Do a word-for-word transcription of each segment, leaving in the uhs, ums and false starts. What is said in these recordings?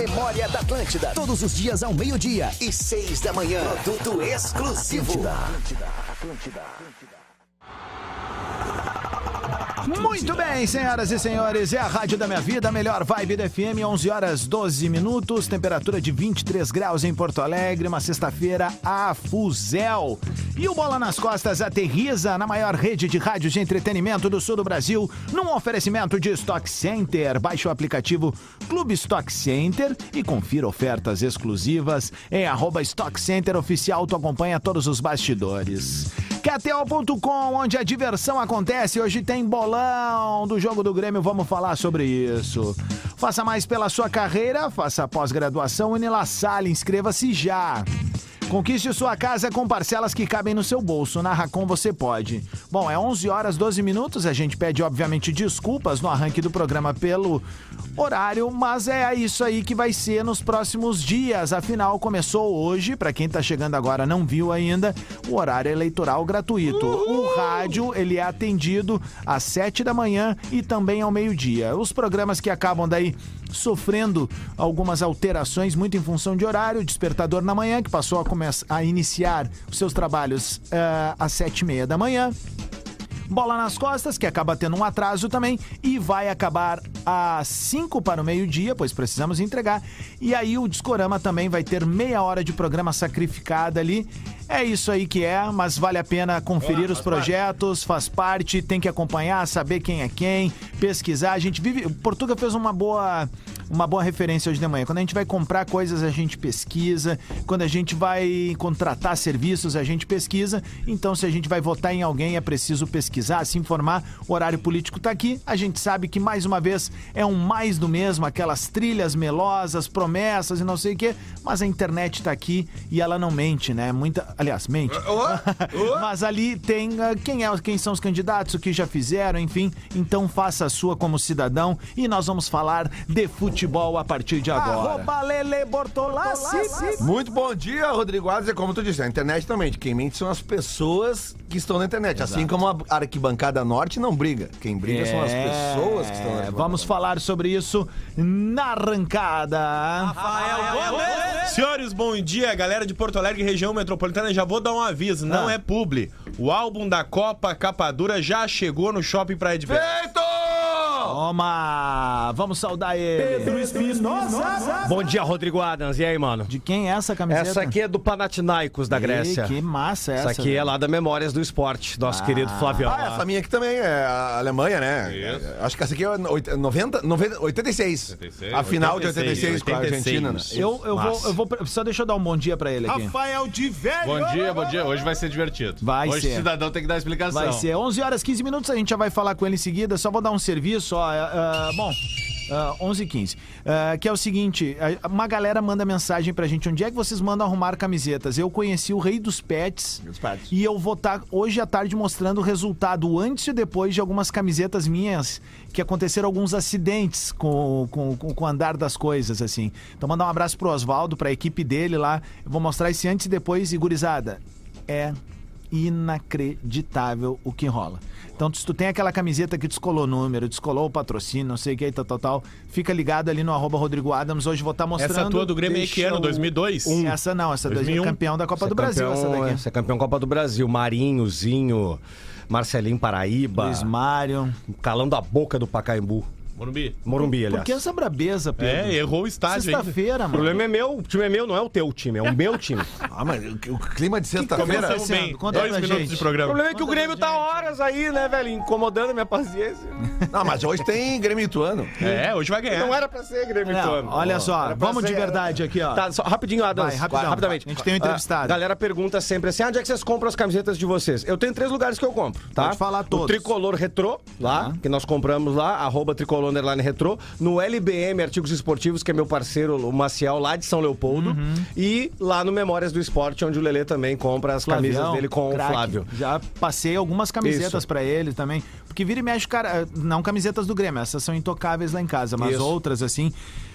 Memória da Atlântida. Todos os dias ao meio-dia e seis da manhã. Produto exclusivo. Atlântida, Atlântida, Atlântida. Muito bem, senhoras e senhores, é a Rádio da Minha Vida, a melhor vibe da F M, onze horas doze minutos, temperatura de vinte e três graus em Porto Alegre, uma sexta-feira a fuzel. E o Bola nas Costas aterriza na maior rede de rádios de entretenimento do sul do Brasil, num oferecimento de Stock Center. Baixe o aplicativo Clube Stock Center e confira ofertas exclusivas em arroba Stock Center Oficial, tu acompanha todos os bastidores. K T O ponto com, onde a diversão acontece. Hoje tem bolão do jogo do Grêmio, vamos falar sobre isso. Faça mais pela sua carreira, faça pós-graduação Unila Salle, inscreva-se já. Conquiste sua casa com parcelas que cabem no seu bolso. Na Racon você pode. Bom, é onze horas doze minutos. A gente pede, obviamente, desculpas no arranque do programa pelo horário, mas é isso aí que vai ser nos próximos dias. Afinal, começou hoje, para quem tá chegando agora não viu ainda, o horário eleitoral gratuito. O rádio, ele é atendido às sete da manhã e também ao meio-dia. Os programas que acabam daí sofrendo algumas alterações, muito em função de horário. O Despertador na manhã, que passou a, começar, a iniciar os seus trabalhos uh, às sete e meia da manhã. Bola nas Costas, que acaba tendo um atraso também, e vai acabar às cinco para o meio-dia, pois precisamos entregar. E aí o Discorama também vai ter meia hora de programa sacrificada ali. É isso aí que é, mas vale a pena conferir os projetos, faz parte, tem que acompanhar, saber quem é quem, pesquisar. A gente vive... O Portuga fez uma boa... uma boa referência hoje de manhã. Quando a gente vai comprar coisas, a gente pesquisa. Quando a gente vai contratar serviços, a gente pesquisa. Então, se a gente vai votar em alguém, é preciso pesquisar, se informar. O horário político tá aqui. A gente sabe que, mais uma vez, é um mais do mesmo, aquelas trilhas melosas, promessas e não sei o quê. Mas a internet tá aqui e ela não mente, né? Muita... Aliás, mente. Mas ali tem uh, quem, é, quem são os candidatos, o que já fizeram, enfim. Então, faça a sua como cidadão. E nós vamos falar de futebol. Futebol a partir de agora. Arroba Lele Bortolassi. Muito bom dia, Rodrigo Adams. É como tu disse, a internet também. Quem mente são as pessoas que estão na internet. Exato. Assim como a arquibancada norte não briga. Quem briga é, são as pessoas que estão na arquibancada. Vamos falar sobre isso na arrancada. Rafael Gomes. Senhores, bom dia. Galera de Porto Alegre, região metropolitana, já vou dar um aviso. Não ah. é publi. O álbum da Copa Capa Dura já chegou no shopping Praia de Verão. Feito! Toma! Vamos saudar ele. Pedro Espinosa. Bom dia, Rodrigo Adams. E aí, mano? De quem é essa camiseta? Essa aqui é do Panathinaikos da Grécia. Ei, que massa essa. Essa aqui velho. É lá da Memórias do Esporte, nosso ah. querido Flavião. Ah, essa minha aqui também é a Alemanha, né? Isso. Acho que essa aqui é noventa, noventa, oitenta e seis. oitenta e seis. A final de oitenta e seis com a Argentina, né? Eu, eu, vou, eu vou... Só deixa eu dar um bom dia pra ele aqui. Rafael de Velho. Bom dia, bom dia. Hoje vai ser divertido. Vai Hoje ser. o cidadão tem que dar explicação. Vai ser. onze horas e quinze minutos, a gente já vai falar com ele em seguida. Só vou dar um serviço, ó. Uh, bom... Uh, onze e quinze, uh, que é o seguinte, uma galera manda mensagem pra gente, onde é que vocês mandam arrumar camisetas? Eu conheci o Rei dos Pets, pets. E eu vou estar tá hoje à tarde mostrando o resultado antes e depois de algumas camisetas minhas, que aconteceram alguns acidentes com, com, com, com o andar das coisas, assim. Então mandar um abraço pro Oswaldo, pra equipe dele lá, eu vou mostrar esse antes e depois, e gurizada, é inacreditável o que rola. Então, se tu tem aquela camiseta que descolou o número, descolou o patrocínio, não sei o que, tal, tal, tal, fica ligado ali no arroba Rodrigo Adams. Hoje vou estar mostrando... Essa tua do Grêmio é que ano? dois mil e dois? Um. Essa não, essa dois mil e um. É campeão da Copa essa do Brasil, campeão, essa daqui. Essa é campeão Copa do Brasil. Marinhozinho, Marcelinho Paraíba. Luiz Mário. Calando a boca do Pacaembu. Morumbi. Morumbi, aliás. Por que essa brabeza, Pedro? É, errou o estádio. Sexta-feira, mano. O problema é meu, o time é meu, não é o teu time, é o meu time. Ah, mas o, o clima de sexta-feira... Começamos bem, dois minutos gente. de programa. O problema é que Conta o Grêmio tá horas aí, né, velho, incomodando a minha paciência. Não, mas hoje tem Grêmio Ituano. É, hoje vai ganhar. Não era pra ser Grêmio Ituano. Olha só, vamos ser... de verdade aqui, ó. Tá, só rapidinho, Adams. Vai, rapidão, rapidamente. A gente tem um entrevistado. A galera pergunta sempre assim, ah, onde é que vocês compram as camisetas de vocês? Eu tenho três lugares que eu compro, tá? Pode falar todos. O Tricolor Retrô, lá, ah. que nós compramos lá, arroba Tricolor Underline Retrô. No L B M Artigos Esportivos, que é meu parceiro, o Maciel, lá de São Leopoldo. Uhum. E lá no Memórias do Esporte, onde o Lelê também compra as Flavião, camisas dele com craque. O Flávio. Já passei algumas camisetas Isso. pra ele também. Porque vira e mexe, cara, não camisetas do Grêmio, essas são intocáveis lá em casa, mas Isso. outras, assim...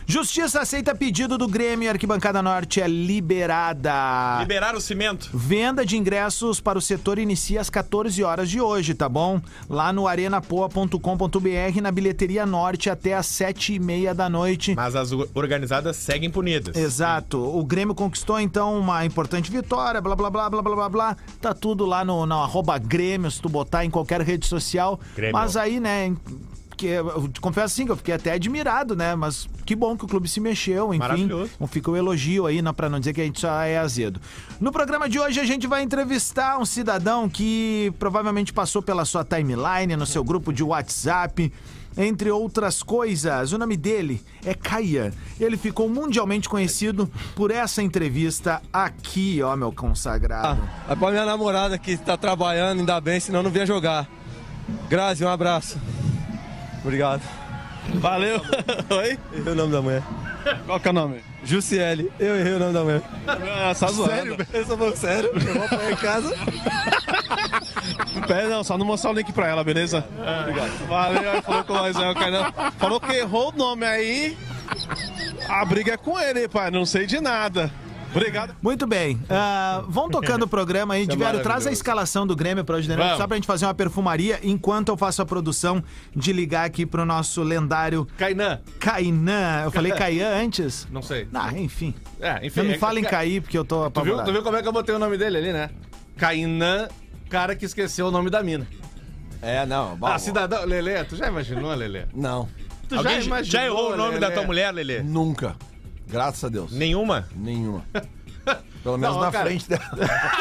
Justiça aceita pedido do Grêmio e Arquibancada Norte é liberada. Liberar o cimento. Venda de ingressos para o setor inicia às quatorze horas de hoje, tá bom? Lá no arena poa ponto com ponto b r, na bilheteria Norte, até às sete e meia da noite. Mas as organizadas seguem punidas. Exato. O Grêmio conquistou, então, uma importante vitória, blá, blá, blá, blá, blá, blá, blá. Tá tudo lá no, no arroba Grêmio, se tu botar em qualquer rede social. Grêmio. Mas aí, né... Que eu te confesso assim que eu fiquei até admirado, né? Mas que bom que o clube se mexeu, enfim. Maravilhoso. Fica o elogio aí, né? Pra não dizer que a gente só é azedo. No programa de hoje a gente vai entrevistar um cidadão que provavelmente passou pela sua timeline, no seu grupo de WhatsApp, entre outras coisas. O nome dele é Caian. Ele ficou mundialmente conhecido por essa entrevista aqui, ó, meu consagrado. Ah, é pra minha namorada que tá trabalhando, ainda bem, senão não vinha jogar. Grazi, um abraço. Obrigado. Valeu. Oi? Errei o nome da mulher. Qual que é o nome? Jussiele. Eu errei o nome da mulher. Ah, só zoando. Sério? Eu só vou sério. Eu vou apanhar em casa. Pera, não, só não mostrar o link pra ela, beleza? Ah, obrigado. Valeu, aí falou com nós aí, o Kainan. Falou que errou o nome aí. A briga é com ele, pai. Não sei de nada. Obrigado. Muito bem. Uh, vão tocando o programa aí. Diverio, traz a escalação do Grêmio pra hoje de noite, só pra gente fazer uma perfumaria, enquanto eu faço a produção de ligar aqui pro nosso lendário... Kainan. Kainan. Eu falei Caian antes? Não sei. Ah, enfim. É, enfim. Não me é, fala é, em cair, porque eu tô tu viu, apavorado. tu viu como é que eu botei o nome dele ali, né? Kainan, cara que esqueceu o nome da mina. É, não. Bom, Ah, cidadão... Lelê, tu já imaginou, Lelê? Não. Tu Alguém já, imaginou, já errou o nome Lelê? da tua mulher, Lelê? Nunca. Graças a Deus. Nenhuma? Nenhuma. Pelo menos Não, na cara. frente dela.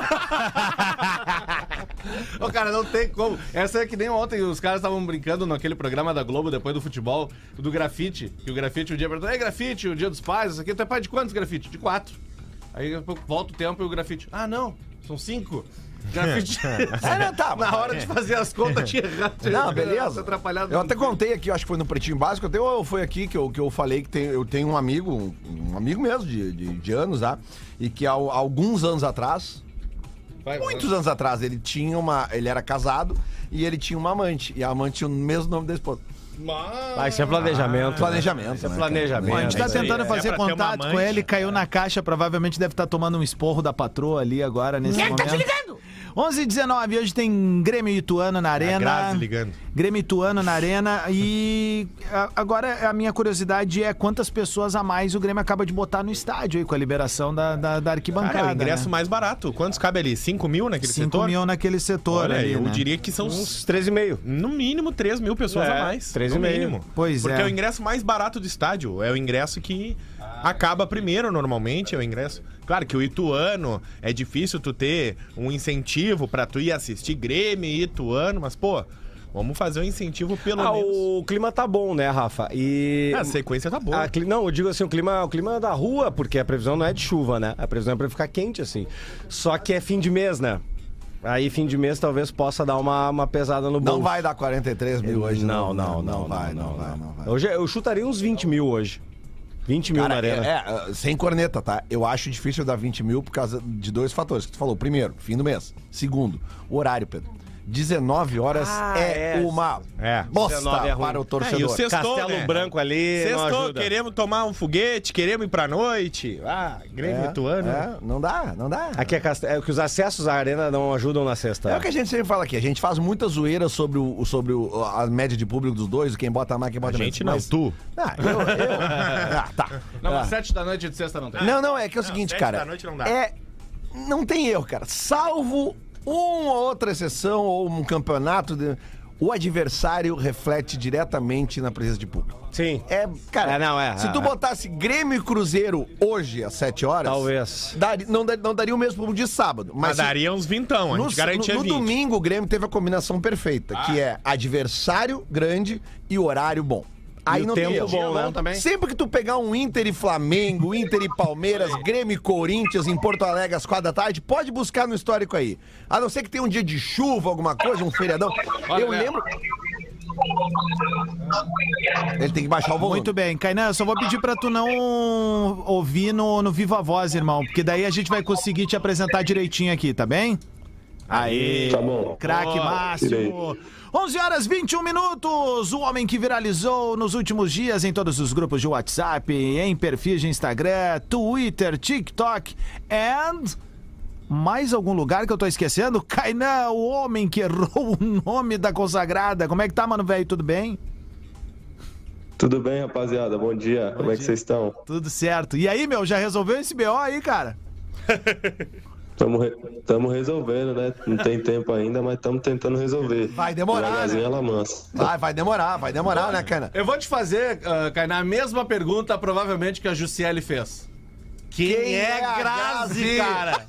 Ô, cara, não tem como. Essa é que nem ontem os caras estavam brincando naquele programa da Globo, depois do futebol, do grafite. Que o grafite, um dia perguntou, ei, grafite, o dia dos pais, isso aqui, tu é pai de quantos grafite? De quatro. Aí volta o tempo e o grafite, ah, não, são cinco. Grafite. Ah, não, tá, Na hora de fazer as contas, tinha errado. Não, beleza. Atrapalhado. Eu até contei aqui, eu acho que foi no Pretinho Básico, até ou foi aqui que eu, que eu falei que tem, eu tenho um amigo, um, um amigo mesmo de, de, de anos, tá? E que há alguns anos atrás, Vai, muitos vai. anos atrás, ele tinha uma. Ele era casado e ele tinha uma amante. E a amante tinha o mesmo nome da esposa. Ah, isso é planejamento. Planejamento. Isso é né, planejamento. Bom, a gente tá Isso aí tentando é- fazer é pra ter uma contato amante. com ele, caiu na caixa, provavelmente deve estar tomando um esporro da patroa ali agora, nesse momento. Quem tá te ligando? onze e dezenove, hoje tem Grêmio e Ituano na Arena. Grazi ligando. Grêmio e Ituano na Arena e a- agora a minha curiosidade é quantas pessoas a mais o Grêmio acaba de botar no estádio aí com a liberação da, da, da arquibancada. Cara, é o ingresso né? mais barato. Quantos cabe ali? cinco mil naquele cinco setor? mil naquele setor Olha, ali, eu né? diria que são Uns três e meio. no mínimo três mil pessoas É, a mais. três no e meio. mínimo. Pois Porque é. é o ingresso mais barato do estádio. É o ingresso que acaba primeiro, normalmente, é o ingresso. Claro que o Ituano, é difícil tu ter um incentivo pra tu ir assistir Grêmio e Ituano, mas, pô, vamos fazer um incentivo pelo Ah, menos. o clima tá bom, né, Rafa? E... A sequência tá boa. Ah, cli- não, eu digo assim, o clima, o clima da rua, porque a previsão não é de chuva, né? A previsão é pra ficar quente, assim. Só que é fim de mês, né? Aí fim de mês talvez possa dar uma, uma pesada no bolso. Não vai dar quarenta e três mil hoje, Não, né? não, não, Não vai, não, não vai, não vai. Hoje eu chutaria uns vinte mil hoje. vinte mil Cara, na arena. é, é, sem corneta, tá? Eu acho difícil dar vinte mil por causa de dois fatores que tu falou. Primeiro, fim do mês. Segundo, o horário, Pedro. dezenove horas Ah, é, é. uma É. bosta dezenove é ruim. para o É, e torcedor. o sextou, Castelo né? Branco ali não Sextou, ajuda. queremos tomar um foguete, queremos ir pra noite. Ah, Grêmio É, Ituano. é, não dá, não dá. Aqui é, cast... é que os acessos à arena não ajudam na sexta. É o que a gente sempre fala aqui. A gente faz muita zoeira sobre, o, sobre o, a média de público dos dois, quem bota mais, quem bota A menos. gente não, Mas- tu. Ah, eu, eu- ah, tá. Não, Ah. mas sete da noite de sexta não tem. Não, não, é que é o seguinte, sete cara. da noite não dá. É. Não tem erro, cara. Salvo uma ou outra exceção ou um campeonato, de- o adversário reflete diretamente na presença de público. Sim. É, cara, É, não, é, se é, tu é. botasse Grêmio e Cruzeiro hoje às sete horas, Talvez. daria- não, dar- não daria o mesmo público de sábado. Mas Mas se- daria uns vintão, a no, gente garantia no, no vinte. domingo o Grêmio teve a combinação perfeita, que é adversário grande e horário bom. Aí E o não tempo tem erro. bom, né? também. Sempre que tu pegar um Inter e Flamengo, Inter e Palmeiras, Grêmio e Corinthians em Porto Alegre às quatro da tarde, pode buscar no histórico aí. A não ser que tenha um dia de chuva, alguma coisa, um feriadão. Eu lembro... Ele tem que baixar o volume. Muito bem, Kainan, eu só vou pedir pra tu não ouvir no, no Viva Voz, irmão, porque daí a gente vai conseguir te apresentar direitinho aqui, tá bem? Aí, Tá bom. craque Oh, máximo. onze horas e vinte e um minutos. O homem que viralizou nos últimos dias em todos os grupos de WhatsApp, em perfis de Instagram, Twitter, TikTok and... mais algum lugar que eu tô esquecendo? Kainan, o homem que errou o nome da consagrada. Como é que tá, mano, velho? Tudo bem? Tudo bem, rapaziada? Bom dia. Bom Como é dia. que vocês estão? Tudo certo. E aí, meu, já resolveu esse B O aí, cara? Tamo, re... Tamo resolvendo, né? Não tem tempo ainda, mas estamos tentando resolver. Vai demorar, Devagarzinho né? ela mansa. Vai, vai demorar, vai demorar, né, Kainan? Eu vou te fazer, uh, Kainan, a mesma pergunta provavelmente que a Jussiele fez. Quem, Quem é, é a Grazi, Grazi? cara?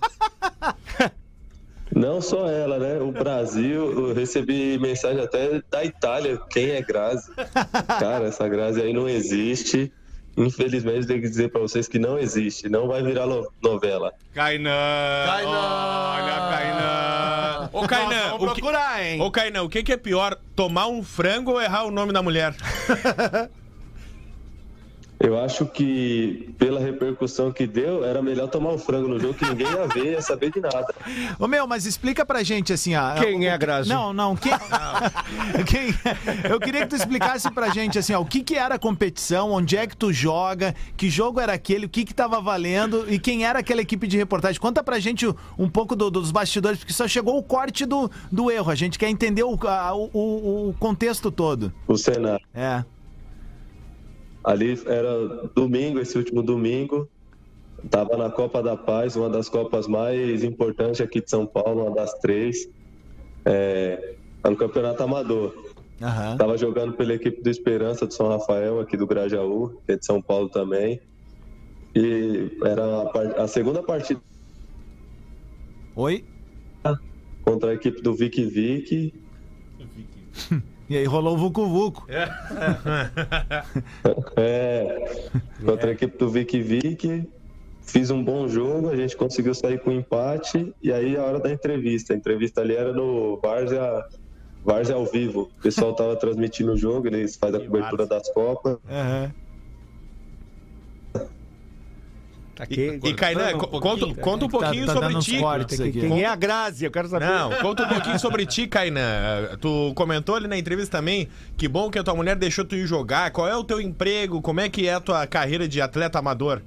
Não só ela, né? O Brasil, eu recebi mensagem até da Itália. Quem é Grazi? Cara, essa Grazi aí não existe. Infelizmente, tenho que dizer pra vocês que não existe. Não vai virar no- novela. Kainan. Kainan. Olha, Kainan. Ô, Kainan, Nós vamos o que- procurar, hein? Ô, Kainan, o que, que é pior? Tomar um frango ou errar o nome da mulher? Eu acho que, pela repercussão que deu, era melhor tomar um frango no jogo que ninguém ia ver, ia saber de nada. Ô, meu, mas explica pra gente, assim, ó... Quem é a o- Grazi? Não, não, quem... quem... Eu queria que tu explicasse pra gente, assim, ó, o que que era a competição, onde é que tu joga, que jogo era aquele, o que que tava valendo e quem era aquela equipe de reportagem. Conta pra gente um pouco do- dos bastidores, porque só chegou o corte do, do erro. A gente quer entender o, a- o, o- o contexto todo. O cenário. É. Ali era domingo, esse último domingo. Tava na Copa da Paz, uma das copas mais importantes aqui de São Paulo, uma das três. É, no Campeonato Amador. Aham. Tava jogando pela equipe do Esperança de São Rafael, aqui do Grajaú, que é de São Paulo também. E era a, par- a segunda partida Oi? contra a equipe do Vic Vic. E aí rolou o Vucu Vucu. É, contra a equipe do Vic Vic. Fiz um bom jogo, a gente conseguiu sair com empate. E aí a hora da entrevista. A entrevista ali era no Várzea, Várzea ao vivo. O pessoal tava transmitindo o jogo, eles fazem a cobertura das Copas. Aham. E, e Kainan, co- conta, conta um pouquinho Tá- tá sobre dando uns ti. cortes aqui. Quem é a Grazi? Eu quero saber. Não, conta um pouquinho sobre ti, Kainan. Tu comentou ali na entrevista também que bom que a tua mulher deixou tu ir jogar. Qual é o teu emprego? Como é que é a tua carreira de atleta amador?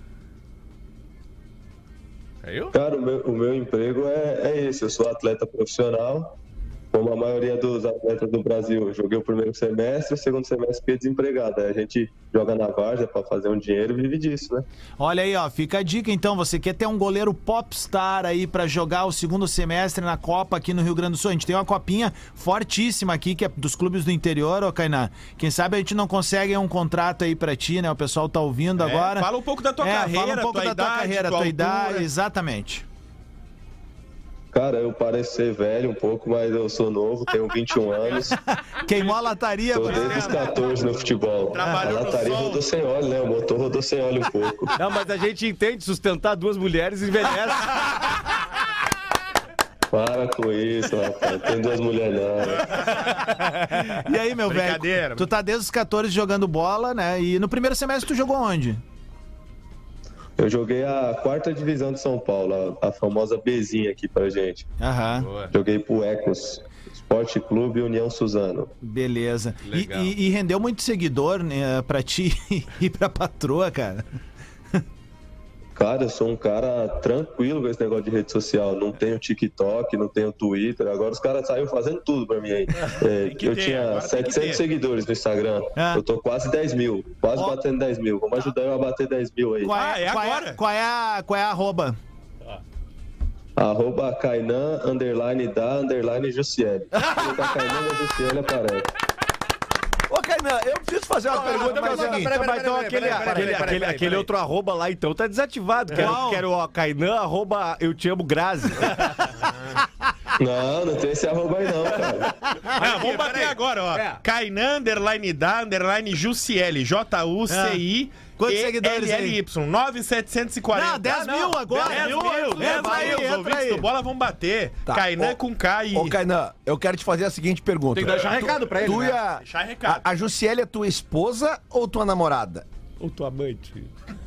Caiu? Cara, o meu, o meu emprego é, é esse. Eu sou atleta profissional. Como a maioria dos atletas do Brasil, eu joguei o primeiro semestre, o segundo semestre fiquei desempregado. Aí a gente joga na várzea pra fazer um dinheiro e vive disso, né? Olha aí, ó, fica a dica então, você quer ter um goleiro popstar aí pra jogar o segundo semestre na Copa aqui no Rio Grande do Sul. A gente tem uma copinha fortíssima aqui, que é dos clubes do interior, ô Kainan. Quem sabe a gente não consegue um contrato aí pra ti, né? O pessoal tá ouvindo É, agora. fala um pouco da tua É, carreira, fala um pouco tua da tua idade, carreira, tua tua altura. idade, exatamente. Cara, eu pareço ser velho um pouco, mas eu sou novo, tenho vinte e um anos. Queimou a lataria, Tô por desde os exemplo. catorze no futebol. Trabalhou a no lataria sol. rodou sem óleo, né? O motor rodou sem óleo um pouco. Não, mas a gente entende sustentar duas mulheres e envelhece. Para com isso, rapaz. Tem duas mulheres não. E aí, meu velho, Brincadeira. tu tá desde os catorze jogando bola, né? E no primeiro semestre tu jogou onde? Eu joguei a quarta divisão de São Paulo, a, a famosa Bzinha aqui pra gente. Aham, Joguei pro Ecos, Esporte Clube União Suzano. beleza. E, Legal. e- e rendeu muito seguidor, né, pra ti e pra patroa, cara. Cara, eu sou um cara tranquilo com esse negócio de rede social. Não tenho TikTok, não tenho Twitter. Agora os caras saíram fazendo tudo pra mim aí. É, que eu ter, tinha agora tem que ter. setecentos seguidores no Instagram. Ah. Eu tô quase dez mil. Quase Ó. batendo dez mil. Vamos ajudar eu a bater dez mil aí. Qual Ah, é qual agora? qual é a, qual é a arroba? Arroba Kainan, underline da, underline Jussiele. Se colocar Kainan da Jussiele, aparece. Ô, Kainan, eu preciso fazer uma pergunta que é o seguinte. Mas então aquele, aquele, aquele, aquele outro arroba lá, então, tá desativado. Quero, Qual? quero ó, Kainan, arroba eu te amo Grazi. Não, não tem esse arroba aí não, cara. Ah, vamos bater agora, ó. É. Kainan, underline da, underline Jussiele. J U C I Quantos seguidores aí? L L Y. nove mil setecentos e quarenta. Não, dez mil agora. dez mil, Entra dez aí, mil. Os entra ouvintes aí. do Bola vão bater. Tá, Kainan ô- com K e... Ô, Kainan, eu quero te fazer a seguinte pergunta. Tem que deixar recado pra ele, Tu né? e a, Deixar recado. a, a Jussiele é tua esposa ou tua namorada? Ou tua amante.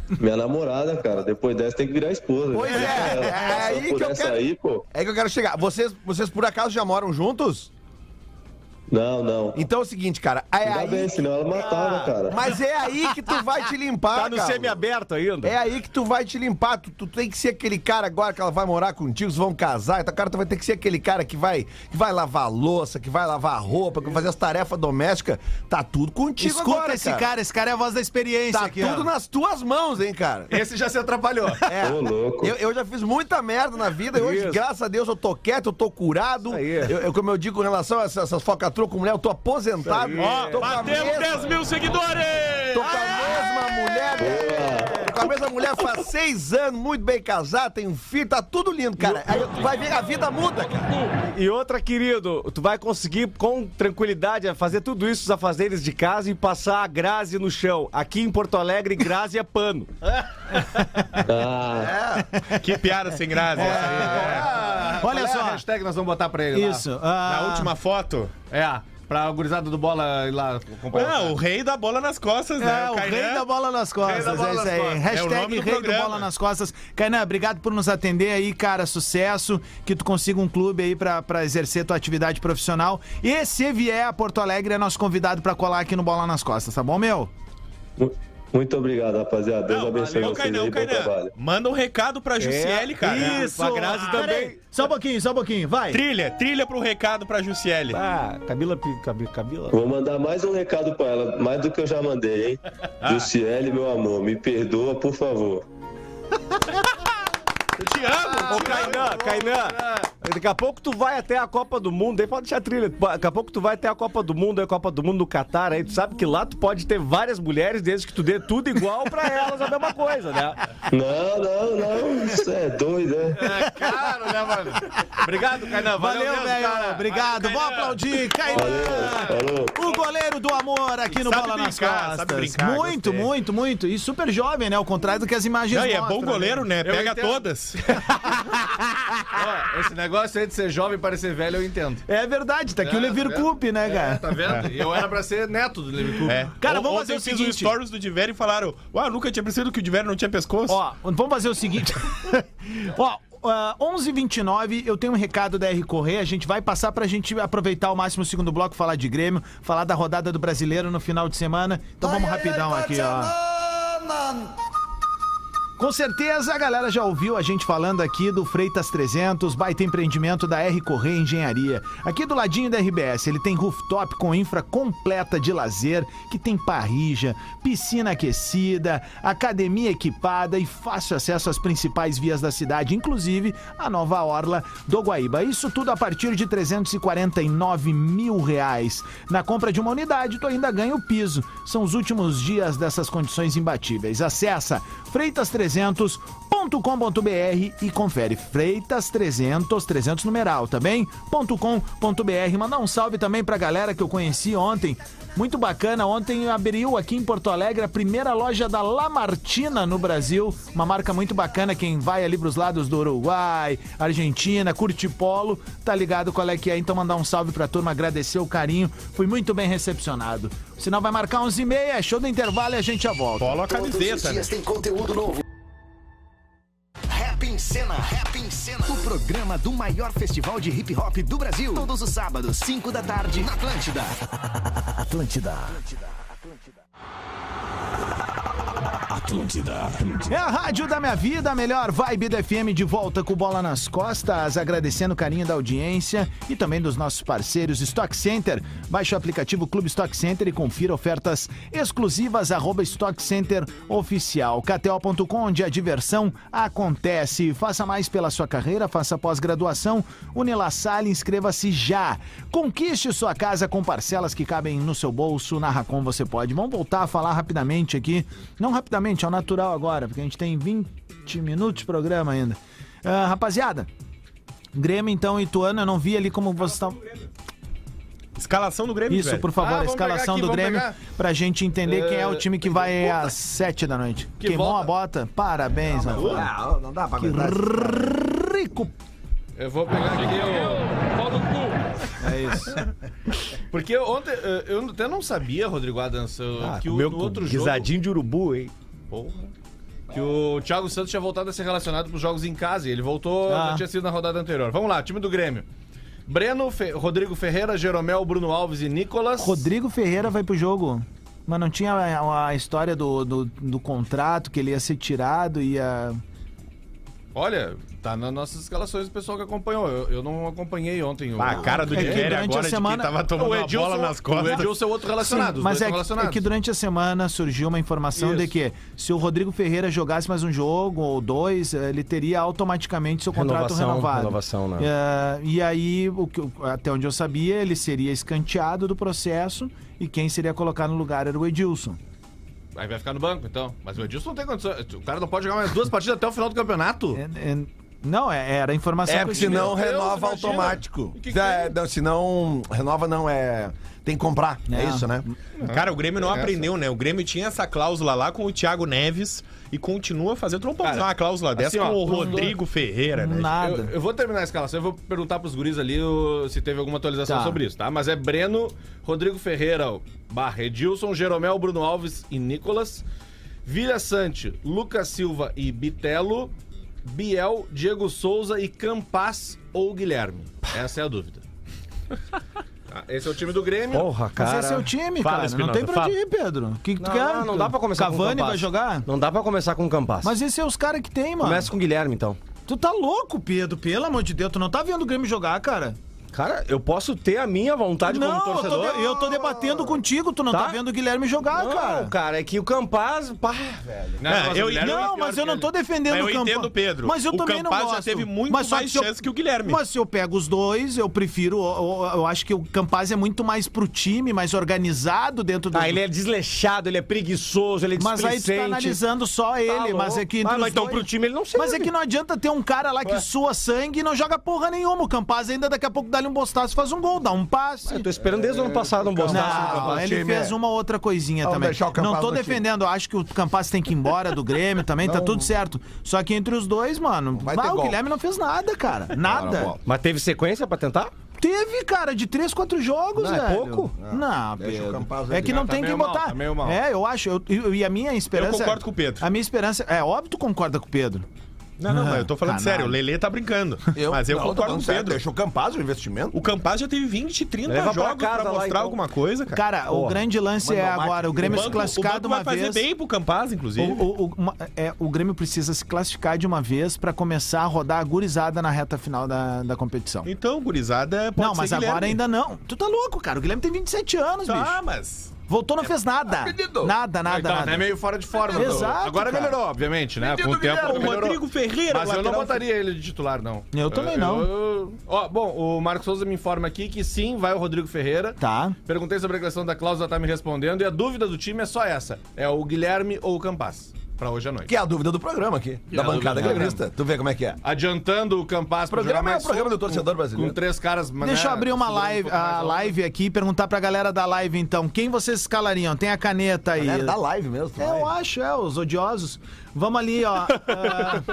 Minha namorada, cara. Depois dessa tem que virar esposa. Pois é, Ela, é aí por que eu essa quero... aí, pô. É que eu quero chegar. Vocês, vocês por acaso já moram juntos? Não, não. Então é o seguinte, cara. É Ainda aí... bem, senão ela matava, cara. Mas é aí que tu vai te limpar, Tá no cara. semi-aberto ainda. É aí que tu vai te limpar. Tu, tu tem que ser aquele cara agora que ela vai morar contigo, vocês vão casar. Então, cara, tu vai ter que ser aquele cara que vai, que vai lavar a louça, que vai lavar a roupa, que vai fazer as tarefas domésticas. Tá tudo contigo Escuta agora, esse cara. cara. esse cara é a voz da experiência Tá aqui, tudo ó. nas tuas mãos, hein, cara. Esse já se atrapalhou. É. Ô, louco. Eu, eu já fiz muita merda na vida e hoje, Isso. graças a Deus, eu tô quieto, eu tô curado. aí. Eu, eu, como eu digo com relação a essas, essas focatruas com mulher, eu tô aposentado. Ó, Tô com a batemos mesma- dez mil seguidores! Tô com a mesma mulher, tô com a mesma mulher faz seis anos, muito bem casada, tem um filho, tá tudo lindo, cara. Aí tu vai ver, a vida muda, cara. E outra, querido, tu vai conseguir com tranquilidade fazer tudo isso, os afazeres de casa e passar a Grazi no chão. Aqui em Porto Alegre, Grazi é pano. Ah, Que piada sem graça. essa aí, é. Olha Qual é só. a hashtag que nós vamos botar pra ele lá? Isso. ah, Na última foto. É, pra gurizada do Bola ir lá acompanhar. Ah, o rei da bola nas costas, né? É, o Kainan. rei da bola nas costas, Rei da bola é isso nas aí. costas. É o Hashtag nome do rei do programa. bola nas costas. Kainan, obrigado por nos atender aí, cara, sucesso, que tu consiga um clube aí pra, pra exercer tua atividade profissional. E se vier a Porto Alegre, é nosso convidado pra colar aqui no Bola nas Costas, tá bom, meu? mu- muito obrigado, rapaziada. Deus Não, abençoe valeu, vocês Kainan, aí, bom Kainan. trabalho. Manda um recado pra Jussiele, cara. Isso, a Grazi Pera também. aí, Só um pouquinho, só um pouquinho, vai. Trilha, trilha pro recado pra Jussiele. Ah, Camila, Pi- Cabi- Camila. Vou mandar mais um recado pra ela, mais do que eu já mandei, hein? Jussiele, meu amor, me perdoa, por favor. Eu te amo. Ô, Kainan, Kainan, daqui a pouco tu vai até a Copa do Mundo, aí pode deixar a trilha. Daqui a pouco tu vai até a Copa do Mundo, a Copa do Mundo no Catar, aí tu sabe que lá tu pode ter várias mulheres, desde que tu dê tudo igual pra elas, a mesma coisa, né? Não, não, não, isso é doido, né? É caro, né, mano? Obrigado, Kainan. Valeu, Valeu, mesmo, velho. cara. Obrigado. Valeu, Vou Kainan. aplaudir. Kainan. Falou. O goleiro do amor aqui no Sabe Bola nas brincar, Costas. sabe brincar, muito, gostei. muito, muito. E super jovem, né? Ao contrário do que as imagens Não, e é mostram, bom goleiro, né? Eu Pega entendo. todas. Ó, esse negócio aí de ser jovem e parecer velho, eu entendo. É verdade, tá aqui É, o Levir tá vendo? Coupe, né, É, cara? tá vendo? Eu era pra ser neto do Levi Coupe. É. Cara, O- vamos Ontem fazer o eu fiz seguinte. um stories do Diver e falaram: Uau, eu nunca tinha percebido que o Diver não tinha pescoço. Ó, vamos fazer o seguinte. Ó, uh, onze e vinte e nove, eu tenho um recado da R Correia, a gente vai passar pra gente aproveitar ao máximo o segundo bloco, falar de Grêmio, falar da rodada do Brasileiro no final de semana. Então vamos rapidão aqui, ó. Com certeza a galera já ouviu a gente falando aqui do Freitas trezentos, baita empreendimento da R Correia Engenharia. Aqui do ladinho da R B S, ele tem rooftop com infra completa de lazer, que tem parrija, piscina aquecida, academia equipada e fácil acesso às principais vias da cidade, inclusive a nova orla do Guaíba. Isso tudo a partir de trezentos e quarenta e nove mil reais. Na compra de uma unidade, tu ainda ganha o piso. São os últimos dias dessas condições imbatíveis. Acessa freitas trezentos ponto com ponto br e confere. Freitas trezentos, trezentos numeral, tá bem? .com.br. Mandar um salve também pra galera que eu conheci ontem. Muito bacana, ontem abriu aqui em Porto Alegre a primeira loja da Lamartina no Brasil, uma marca muito bacana, quem vai ali pros lados do Uruguai, Argentina, curte polo, tá ligado qual é que é, então mandar um salve pra turma, agradecer o carinho, fui muito bem recepcionado. O sinal vai marcar onze e meia, show do intervalo e a gente já volta. Polo a Todos os camiseta, né? dias tem conteúdo novo. Rap em Cena, Rap em Cena. O programa do maior festival de hip hop do Brasil. Todos os sábados, cinco da tarde, na Atlântida. Atlântida. Atlântida. É a rádio da minha vida, a melhor vibe da F M, de volta com Bola nas Costas, agradecendo o carinho da audiência e também dos nossos parceiros Stock Center. Baixe o aplicativo Clube Stock Center e confira ofertas exclusivas, arroba Stock Center Oficial. K T O ponto com, onde a diversão acontece. Faça mais pela sua carreira, faça pós-graduação, Unilassalle, inscreva-se já. Conquiste sua casa com parcelas que cabem no seu bolso, na Racon você pode. Vamos voltar a falar rapidamente aqui, não rapidamente, ao natural agora, porque a gente tem vinte minutos de programa ainda. Uh, rapaziada, Grêmio então, Ituano, eu não vi ali como você está... Escalação do Grêmio, Isso, velho. por favor, Ah, a vamos escalação pegar aqui, do vamos Grêmio, pegar. pra gente entender quem é o time que É, vai volta. às sete da noite. Que Queimou volta. a bota? Parabéns, Rafael. Ah, não dá pra aguentar. Rico. Eu vou pegar aqui o... Pau no cu. É isso. Porque ontem, eh, eu até não sabia, Rodrigo Adams, eh, que o, meu no outro jogo... guisadinho de urubu, hein? Porra. Que o Thiago Santos tinha voltado a ser relacionado pros jogos em casa e ele voltou, Ah. já tinha sido na rodada anterior. Vamos lá, time do Grêmio. Breno, Fe- Rodrigo Ferreira, Jeromel, Bruno Alves e Nicolas. Rodrigo Ferreira vai pro jogo. Mas não tinha a, a história do, do, do contrato, que ele ia ser tirado, ia... Olha, tá nas nossas escalações do pessoal que acompanhou. Eu, eu não acompanhei ontem o... Ah, a cara do É que Diveria durante agora a de semana- quem tava tomando o a Edilson, bola nas o costas. Edilson é outro relacionado, Sim, os mas dois é são que, é relacionados. que durante a semana surgiu uma informação de Isso. que se o Rodrigo Ferreira jogasse mais um jogo ou dois, ele teria automaticamente seu contrato Renovação, renovado. renovação, né? É, e aí, o que eu- até onde eu sabia, ele seria escanteado do processo e quem seria colocado no lugar era o Edilson. Aí vai ficar no banco, então. Mas o Edilson não tem condições. O cara não pode jogar mais duas partidas até o final do campeonato. É, é, não, é- era a informação É, que eu porque tinha. senão Meu Deus, renova imagina. automático. E que que É, tem? não, senão, renova não, é... Tem que comprar, é, É. isso, né? Cara, o Grêmio não Essa. aprendeu, né? O Grêmio tinha essa cláusula lá com o Thiago Neves e continua fazendo. Tu não pode Cara, usar uma cláusula dessa assim, ó, com o os Rodrigo Ferreira, né? Nada. Eu, eu vou terminar a escalação, eu vou perguntar pros guris ali o- se teve alguma atualização Tá. sobre isso, tá? Mas é Breno, Rodrigo Ferreira, barra Edilson, Jeromel, Bruno Alves e Nicolas, Vilha Sante, Lucas Silva e Bitelo, Biel, Diego Souza e Campas ou Guilherme. Essa é a dúvida. Tá, esse é o time do Grêmio. Porra, Mas cara. esse é o time, Fala, cara. Não Espinosa, tem pra fala. onde ir, Pedro. O que, que tu Não, quer? não, não dá pra começar com o Cavani Campas. vai jogar? Não dá pra começar com o Campas. Mas esses são os caras que tem, mano. Começa com o Guilherme, então. Tu tá louco, Pedro, pelo amor de Deus. Tu não tá vendo o Grêmio jogar, cara? Cara, eu posso ter a minha vontade não, como eu tô, torcedor. de- eu tô debatendo contigo. Tu não tá, Tá? vendo o Guilherme jogar, Não, cara. cara, é que o Campas... Pá, velho. Não, É, mas eu- o Guilherme é Não, pior mas que eu não ele. tô defendendo Mas eu o Campas. entendo o Pedro. Mas eu O também não Campas já gosto. teve muito Mas só mais que se eu- chance que o Guilherme. Mas se eu pego os dois, eu prefiro... Eu, eu- eu acho que o Campas é muito mais pro time, mais organizado dentro do... Ah, ele é desleixado, ele é preguiçoso, ele é Mas aí tu tá displicente. analisando só ele, mas é que entre Ah, mas os então dois- pro time ele não serve. Mas é que não adianta ter um cara lá que sua sangue e não joga porra nenhuma. O Campaz ainda daqui a pouco dá-lhe um bostaço e faz um gol, dá um passe. Eu tô esperando desde o ano passado um bostaço. Não, ele time fez é- uma outra coisinha Vamos também. deixar o Campaz Não tô no time. defendendo, eu acho que o Campaz tem que ir embora do Grêmio também, tá tudo certo. Só que entre os dois, mano, Vai bah, ter o gol. Guilherme não fez nada, cara. Nada. Mas teve sequência pra tentar? Teve, cara, de três, quatro jogos, Não, é velho. pouco? Não, Deixa o Pedro. Campaz É aí. que não Tá tem meio que mal, botar. tá meio mal. É, eu acho. Eu, eu- e a minha esperança. Eu concordo com o Pedro. A minha esperança. É óbvio que tu concorda com o Pedro. Não, não, mas eu tô falando Caralho. sério. O Lelê tá brincando. mas eu não, tô concordo com falando o sério, Pedro. Deixa o Campaz o investimento. O Campas já teve vinte, trinta Leva pra jogos pra, casa lá, mostrar então. alguma coisa, cara. Cara, o Porra. grande lance é Manda o agora o o Grêmio se banco, classificar o de banco uma vai fazer vez. bem pro Campas, inclusive. O, o- o- uma- é, o Grêmio precisa se classificar de uma vez pra começar a rodar a gurizada na reta final da, da competição. Então, gurizada, pode Não, ser mas Guilherme. agora ainda não. Tu tá louco, cara. O Guilherme tem vinte e sete anos, Tá, bicho. mas... Voltou, não fez nada. pedido. Nada, nada, Então, nada. é meio fora de forma. Exato, Agora cara. melhorou, obviamente, né? Pedido Com o tempo Guilherme. O melhorou. Rodrigo Ferreira, Mas eu não lateral- botaria ele de titular, não. Eu também não. eu- Ó, bom, o Marcos Souza me informa aqui que sim, vai o Rodrigo Ferreira. Tá. Perguntei sobre a questão da cláusula, tá me respondendo. E a dúvida do time é só essa: é o Guilherme ou o Campas, pra hoje à noite. Que é a dúvida do programa aqui, Que da é a dúvida bancada do gremista. Tu vê como é que é. Adiantando o Campas O programa é o programa do torcedor com, brasileiro. com três caras. mas, Deixa eu né, abrir uma segurando um live, pouco mais a onda. live aqui e perguntar pra galera da live, então. Quem vocês escalariam? Tem a caneta aí. É da live mesmo. É, eu acho, é, os odiosos. Vamos ali, ó. ah,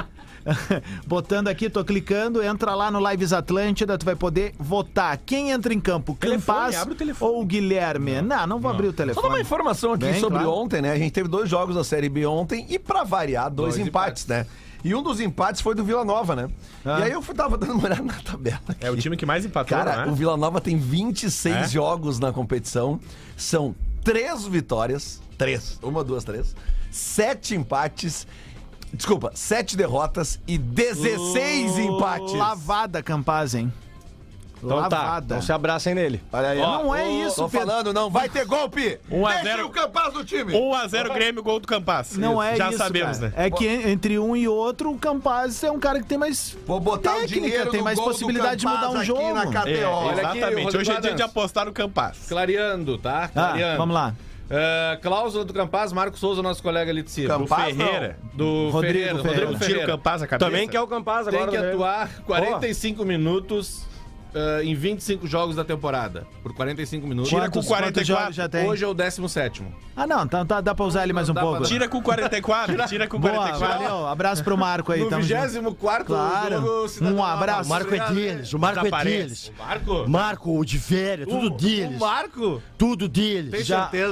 botando aqui, tô clicando, entra lá no Lives Atlântida, tu vai poder votar. Quem entra em campo? Telefone, Campaz abre o telefone. ou Guilherme? Não, não, vou abrir o Só dar telefone. uma informação aqui Bem, sobre claro. ontem, né? A gente teve dois jogos da Série B ontem e, pra variar, dois, Dois empates, né? E um dos empates foi do Vila Nova, né? Ah. E aí eu fui, tava dando uma olhada na tabela aqui. É o time que mais empatou, Cara, não o é? Vila Nova tem vinte e seis É? jogos na competição. São três vitórias. Três. Uma, duas, três. Sete empates. Desculpa, sete derrotas e dezesseis empates. Lavada, Campaz, hein? Então tá, Lavada. então se abracem nele. Olha aí. Não é isso, Tô Pedro. falando, não vai ter golpe. Um a Deixa zero. o Campaz no time. um a zero Grêmio, gol do Campas. Não é Já isso, sabemos, cara. né? É que en- entre um e outro, o Campaz é um cara que tem mais Vou botar o técnica, dinheiro tem no mais gol do possibilidade de mudar Campaz um aqui jogo. na K T O. É, Olha aqui, exatamente. Rodrigo Hoje é dia de Adams. apostar no Campas. Clareando, tá? Ah, Clareando. vamos lá. É, cláusula do Campaz, Marcos Souza, nosso colega ali de cima. Do Campaz, Ferreira. Do Rodrigo Ferreira, Ferreira. Rodrigo Tira o Ferreira. Campas a cabeça. Também que é o Campas Tem agora. que né? atuar quarenta e cinco minutos eh, em vinte e cinco jogos da temporada. Por quarenta e cinco minutos. Tira com Quantos- quarenta e quantos quatro. jogos já tem? Hoje é o décimo sétimo. Ah, não, tá, tá- dá pra usar ele mais um Dá pouco. pra- Tira com quarenta e quatro. Tira com Boa, quarenta e quatro. valeu. Abraço pro Marco aí. No tamo junto. vigésimo quarto Claro. jogo, Cidadão Um abraço. Ronaldo. O Marco Obrigado, né? o Marco Desaparece. é deles. Marco? Marco, o de férias, tudo O- deles. O Marco? Tudo deles. Tem Já- certeza?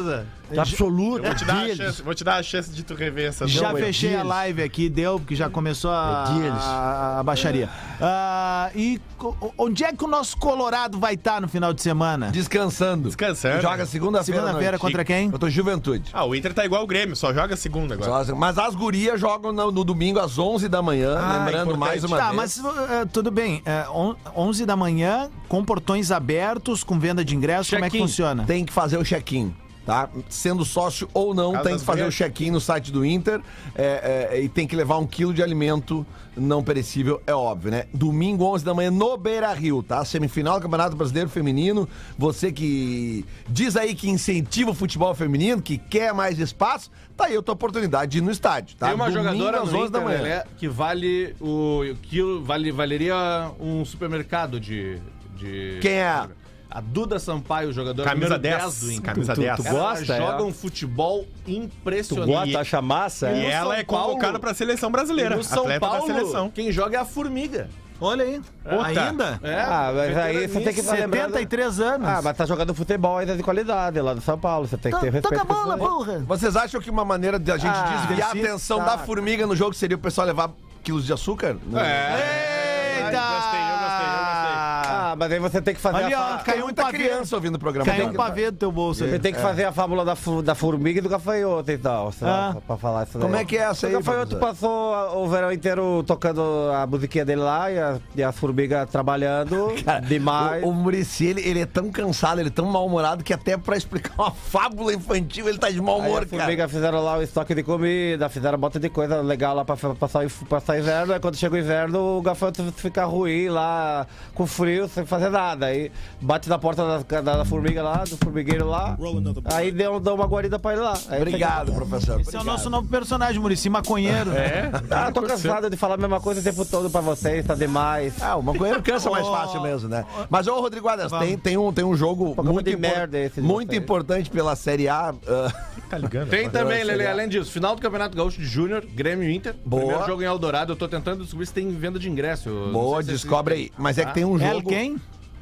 absoluta. Eu vou te, dar a deles. chance, vou te dar a chance de tu rever essa Já Não, é fechei a deles. live aqui, deu, porque já começou a, É deles. a, a baixaria. Ah, e co- onde é que o nosso Colorado vai estar no final de semana? Descansando. Descansando. Joga segunda-feira. à Segunda-feira noite. contra quem? Eu tô Juventude. Ah, o Inter tá igual o Grêmio, só joga segunda agora. Só- Mas as gurias jogam no, no domingo às onze da manhã, Ah, lembrando importante. mais uma Tá, vez. mas uh, tudo bem. É, on- onze da manhã, com portões abertos, com venda de ingressos, como é que Check-in. funciona? Tem que fazer o check-in. Tá? Sendo sócio ou não, Casa tem das que fazer Gurias. o check-in no site do Inter é, é, e tem que levar um quilo de alimento não perecível, é óbvio, né? Domingo, onze da manhã, no Beira-Rio, tá? Semifinal do Campeonato Brasileiro Feminino. Você que diz aí que incentiva o futebol feminino, que quer mais espaço, tá aí a tua oportunidade de ir no estádio, tá? Tem uma Domingo, jogadora às no onze da Inter, manhã. Lelé, que vale o que vale, valeria um supermercado de, de... Quem é? A Duda Sampaio, jogadora Camisa número dez. dez do Inter. Camisa Tu- dez. tu Ela gosta, joga é? um futebol Tu impressionante. gosta, acha massa? E É? ela é São Paulo- convocada pra seleção E brasileira. no São Atleta Paulo, da seleção. quem joga é a Formiga. Olha aí. Ainda? É, Ah, mas aí você tem que estar lembrando... setenta e três anos. Ah, mas tá jogando futebol ainda de qualidade lá do São Paulo. Você tem que ter Toca respeito. a bola, por isso aí. porra. Vocês acham que uma maneira de a gente Ah, desviar a Dercy, atenção tá. da formiga no jogo seria o pessoal levar quilos de açúcar? É. Eita! Eu gostei, eu gostei, eu gostei. Ah, mas aí você tem que fazer Ali, a... ó, fa- Tem caiu um muita pavê. criança ouvindo o programa. Caiu um Tem- pavê do teu bolso aí. Você tem que fazer a fábula da, fu- da formiga e do gafanhoto e tal, só, Ah. só pra falar isso daí. Como é que é essa aí, O gafanhoto professor? passou o verão inteiro tocando a musiquinha dele lá e a, e a formiga trabalhando demais. O, o Muricy, ele, ele é tão cansado, ele é tão mal-humorado que até pra explicar uma fábula infantil ele tá de mau Aí humor, a cara. formiga fizeram lá o estoque de comida, fizeram um monte de coisa legal lá pra fa- passar, o- passar inverno. Aí quando chega o inverno, o gafanhoto fica ruim lá, com frio, sem fazer nada. Aí bate na porta da, da, da formiga lá, do formigueiro lá. Aí deu, deu uma guarida pra ele lá. Aí Obrigado, professor. Esse é o nosso novo personagem, Muricy, maconheiro. É? Ah, tô cansado de falar a mesma coisa o tempo todo pra vocês, tá demais. Ah, o maconheiro cansa mais fácil mesmo, né? Mas, ô, Rodrigo Adas, tem, tem, um, tem um jogo Programa muito, de impor- merda esse de muito vocês. importante pela Série A. ah, Tá ligando? Tem agora? também, Lele, seria- além disso, final do Campeonato Gaúcho de Júnior, Grêmio e Inter. Boa. Primeiro jogo em Eldorado, eu tô tentando descobrir se tem venda de ingresso. Eu não boa, sei se descobre tem. aí. Mas é que tem um El jogo... quem?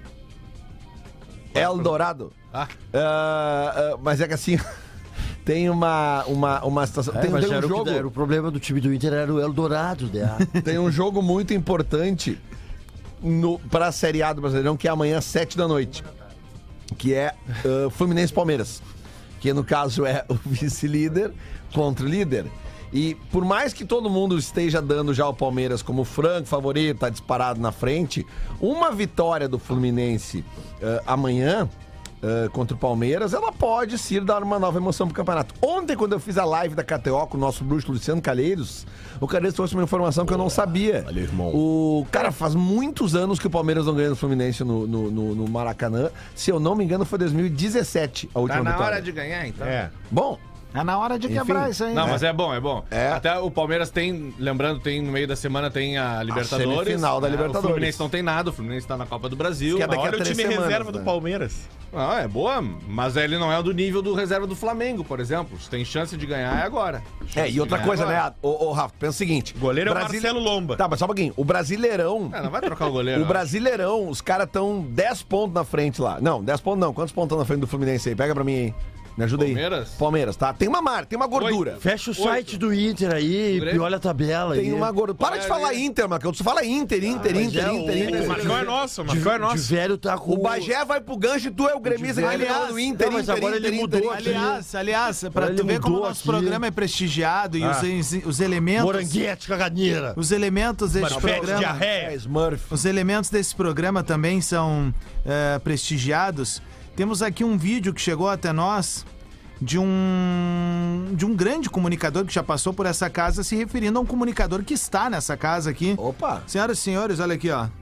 Eldorado. Ah. Ah, ah, mas é que assim... Tem uma, uma, uma situação... É, tem, mas tem um era o, jogo... que, era o problema do time do Inter era o Eldorado, né? Tem um jogo muito importante no, pra Série A do Brasileirão, que é amanhã, sete da noite. Que é uh, Fluminense e Palmeiras. Que no caso é o vice-líder contra o líder. E por mais que todo mundo esteja dando já o Palmeiras como franco favorito, tá disparado na frente, uma vitória do Fluminense uh, amanhã uh, contra o Palmeiras, ela pode sim dar uma nova emoção pro campeonato. Ontem, quando eu fiz a live da K T O com o nosso bruxo Luciano Calheiros, o Calheiros trouxe uma informação que eu não sabia. Valeu, irmão. O cara, faz muitos anos que o Palmeiras não ganha do Fluminense no, no, no- no Maracanã. Se eu não me engano, foi dois mil e dezessete a última Tá na vitória. hora de ganhar, então. É. Bom, É na hora de Enfim. quebrar isso aí. Não, né? mas é bom, é bom. É. Até o Palmeiras tem, lembrando, tem no meio da semana tem a Libertadores. semifinal da né? Libertadores. O Fluminense não tem nada, o Fluminense tá na Copa do Brasil. Que é daqui a Olha o três time semanas, reserva né? do Palmeiras. Ah, é boa, mas ele não é do nível do reserva do Flamengo, por exemplo. Se tem chance de ganhar, é agora. é, Chance e de outra ganhar coisa, agora. né? Ô, ô, Rafa, pensa o seguinte. O goleiro é o Brasile- Marcelo Lomba. Tá, mas só um pouquinho. O Brasileirão... É, não vai trocar o goleiro. O Brasileirão, os caras estão dez pontos na frente lá. Não, dez pontos não. Quantos pontos estão na frente do Fluminense aí? Pega pra mim aí. Me ajuda aí. Palmeiras? Palmeiras, tá? Tem uma marca, tem uma gordura. Fecha o site do Inter aí Grêmio? e olha a tabela Tem aí. uma gordura. Para de Olha falar ali. Inter, Marcão. Tu fala Inter, Inter, mas Inter, é o- Inter, Inter. O Marcão é nosso, o Marcão é De nosso. velho tá com... O Bagé vai pro gancho e tu é o gremista que velho- tá falando Inter, Não, mas Inter, agora Inter, ele Inter, mudou Inter. aqui. Aliás, aliás, pra Ele tu ver como o mudou nosso aqui. programa é prestigiado e Ah. os, os elementos. Moranguete, caganeira. Os elementos deste Marfete, programa. diarreia. É, Smurf. Os elementos desse programa também são eh, prestigiados. Temos aqui um vídeo que chegou até nós de um de um grande comunicador que já passou por essa casa, se referindo a um comunicador que está nessa casa aqui. Opa. Senhoras e senhores, olha aqui, ó.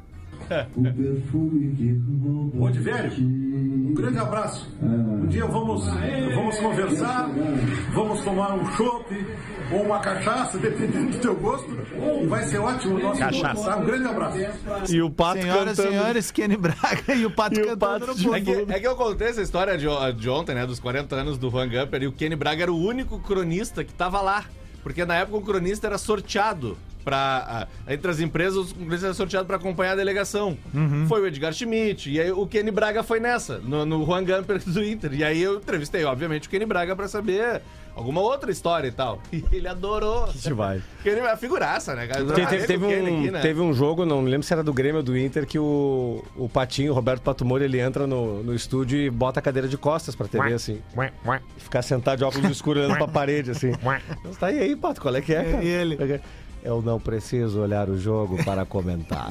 Ô, de velho, um grande abraço. Um dia vamos, vamos conversar, vamos tomar um chopp ou uma cachaça, dependendo do teu gosto, e vai ser ótimo o nosso Cachaça. encontro, tá? Um grande abraço. E o Pato Senhoras e cantando. senhores, Kenny Braga e o Pato E o cantando Pato no fundo. É que, é que eu contei essa história de, de ontem, né? Dos quarenta anos do Van Gumper, e o Kenny Braga era o único cronista que tava lá. Porque na época o cronista era sorteado pra... a- entre as empresas, os concorrentes eram sorteados pra acompanhar a delegação. Uhum. Foi o Edgar Schmidt, e aí o Kenny Braga foi nessa, no, no Juan Gamper do Inter. E aí eu entrevistei, obviamente, o Kenny Braga pra saber alguma outra história e tal. E ele adorou. Que vai. Kenny é uma figuraça, né, cara? Te- Teve, teve o Kenny um, aqui, né? teve um jogo, não me lembro se era do Grêmio ou do Inter, que o, o Patinho, o Roberto Pato Moura, ele entra no, no estúdio e bota a cadeira de costas pra T V, assim. E ficar sentado de óculos escuros olhando pra parede, assim. Mas tá aí, aí, Pato, qual é que é, cara? E ele? Eu não preciso olhar o jogo para comentar.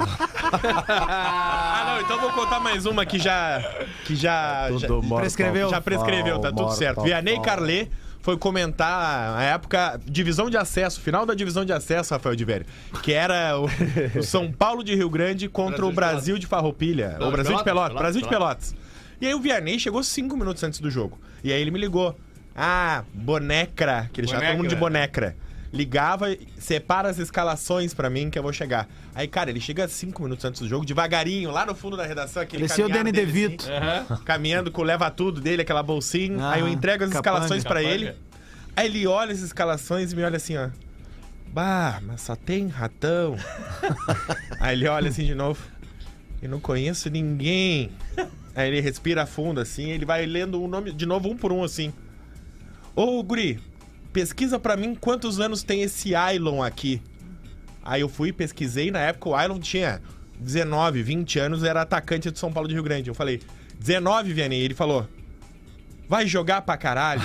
Ah, não, então vou contar mais uma que já. Que já. já Tudo morto, prescreveu? Já prescreveu, tá tudo morto, certo. Vianney morto. Carlet foi comentar a época, divisão de acesso, final da divisão de acesso, Rafael de Velho, que era o, o São Paulo de Rio Grande contra o Brasil de Farroupilha, Não, o Brasil de Pelotas, Pelotas, Pelotas, Brasil de Pelotas. E aí o Vianney chegou cinco minutos antes do jogo. E aí ele me ligou. Ah, Bonecra, que ele chama todo mundo de Bonecra. Ligava, separa as escalações pra mim que eu vou chegar. Aí, cara, ele chega cinco minutos antes do jogo, devagarinho, lá no fundo da redação, aquele Parecia o caminhar Danny dele, DeVito. assim, caminhando com o leva-tudo dele, aquela bolsinha. Ah, aí eu entrego as capanga, escalações pra capanga. ele. Aí ele olha as escalações e me olha assim, ó. Bah, mas só tem ratão. Aí ele olha assim de novo. Eu não conheço ninguém. Aí ele respira fundo assim, ele vai lendo o nome de novo um por um assim. Ô, guri, pesquisa pra mim quantos anos tem esse Ailon aqui. Aí eu fui, pesquisei, na época o Ailon tinha dezenove, vinte anos, era atacante do São Paulo de Rio Grande. Eu falei, dezenove, Vianney. Ele falou, vai jogar pra caralho?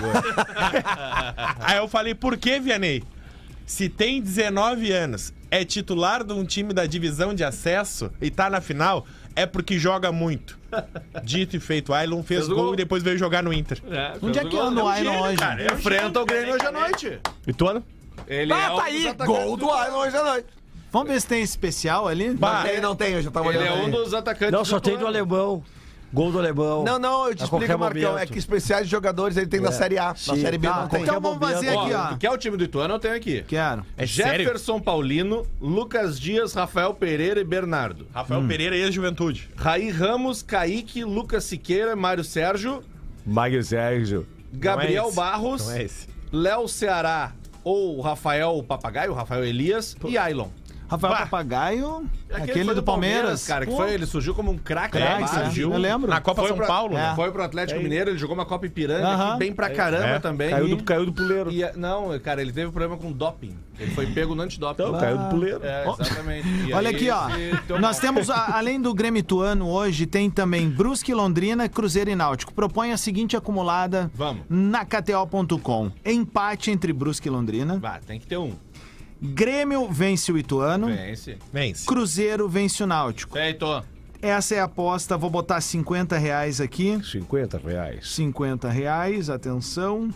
Aí eu falei, por que, Vianney? Se tem dezenove anos, é titular de um time da divisão de acesso e tá na final, é porque joga muito. Dito e feito, o Ailon fez, Fez o gol gol. e depois veio jogar no Inter. É, Onde é que anda o Ailon hoje? Enfrenta o Grêmio hoje à noite. E tu, Ana? Ele Ah, é tá um aí, dos atacantes gol do Ailon hoje à noite. Vamos ver se tem especial ali? Não tem, não tem, eu já tava Ele olhando é um aí. dos atacantes Não, só do tem do ano. alemão. Gol do alemão. Não, não, eu te A explico, qualquer Marcão. momento. É que especiais de jogadores ele tem na Série A. Na Sim. Série B Tá, não tem. então vamos fazer Ó, aqui, ó. tu quer o time do Ituano? Eu tenho aqui. Quero. É sério? Jefferson Paulino, Lucas Dias, Rafael Pereira e Bernardo. Rafael Pereira, ex-juventude. Raí Ramos, Kaique, Lucas Siqueira, Mário Sérgio, Mário Sérgio. Gabriel Não é esse. Barros, Não é esse. Léo Ceará ou Rafael Papagaio, Rafael Elias e Ailon. Rafael Bah. Papagaio, É aquele, foi do Palmeiras. cara, que Pô, foi, ele surgiu como um craque craque, da base. né? Eu lembro. Na Copa Foi São pra- Paulo, né? É. Foi pro Atlético Mineiro, ele jogou uma Copa Ipiranga, Aham. que bem pra caramba É. também. Caiu E- do, caiu do puleiro. e, não, cara, ele teve problema com doping. Ele foi pego no antidoping. Então, caiu do puleiro. É, exatamente. E Olha aí aqui, ó. ele deu Nós mal. temos, a- além do Grêmio Ituano, hoje tem também Brusque, Londrina, Cruzeiro e Náutico. Propõe a seguinte acumulada Vamos. na K T O ponto com. Empate entre Brusque e Londrina. Vai, tem que ter um. Grêmio vence o Ituano. Vence. Vence. Cruzeiro vence o Náutico. Feito. Essa é a aposta. Vou botar cinquenta reais aqui. cinquenta reais. cinquenta reais, atenção.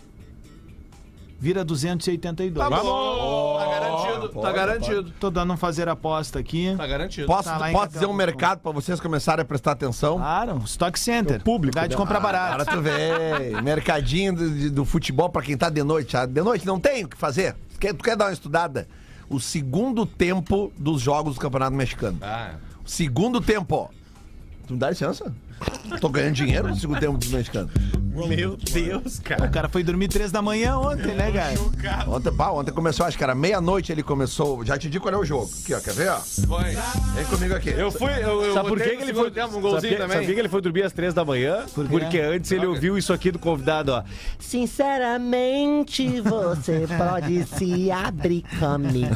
Vira duzentos e oitenta e dois. Tá bom. Tá garantido. Tá garantido. Tô dando um fazer aposta aqui. Tá garantido. Posso, Tá lá em posso K T O dizer um ponto com. mercado pra vocês começarem a prestar atenção? Claro, Stock Center. público, Lugar de né? comprar barato. Agora tu vê, mercadinho do, de- do futebol pra quem tá de noite. Ah, De noite não tem o que fazer. Tu quer, tu quer dar uma estudada? O segundo tempo dos jogos do Campeonato Mexicano. Ah, Segundo tempo, ó. Tu me dá licença? Tô ganhando dinheiro no segundo tempo dos mexicanos. Meu Deus, O cara. cara foi dormir três da manhã ontem, né, cara? Ontem, pá, ontem começou, acho que era meia-noite ele começou. Já te digo qual é o jogo. Aqui, ó, quer ver, ó? foi. Vem comigo aqui. Eu fui, eu, eu Sabe por botei que, que no ele segundo foi? tempo um golzinho sabia, também. sabia que ele foi dormir às três da manhã? Por quê? Porque antes ele ouviu isso aqui do convidado, ó. Sinceramente, você pode se abrir comigo.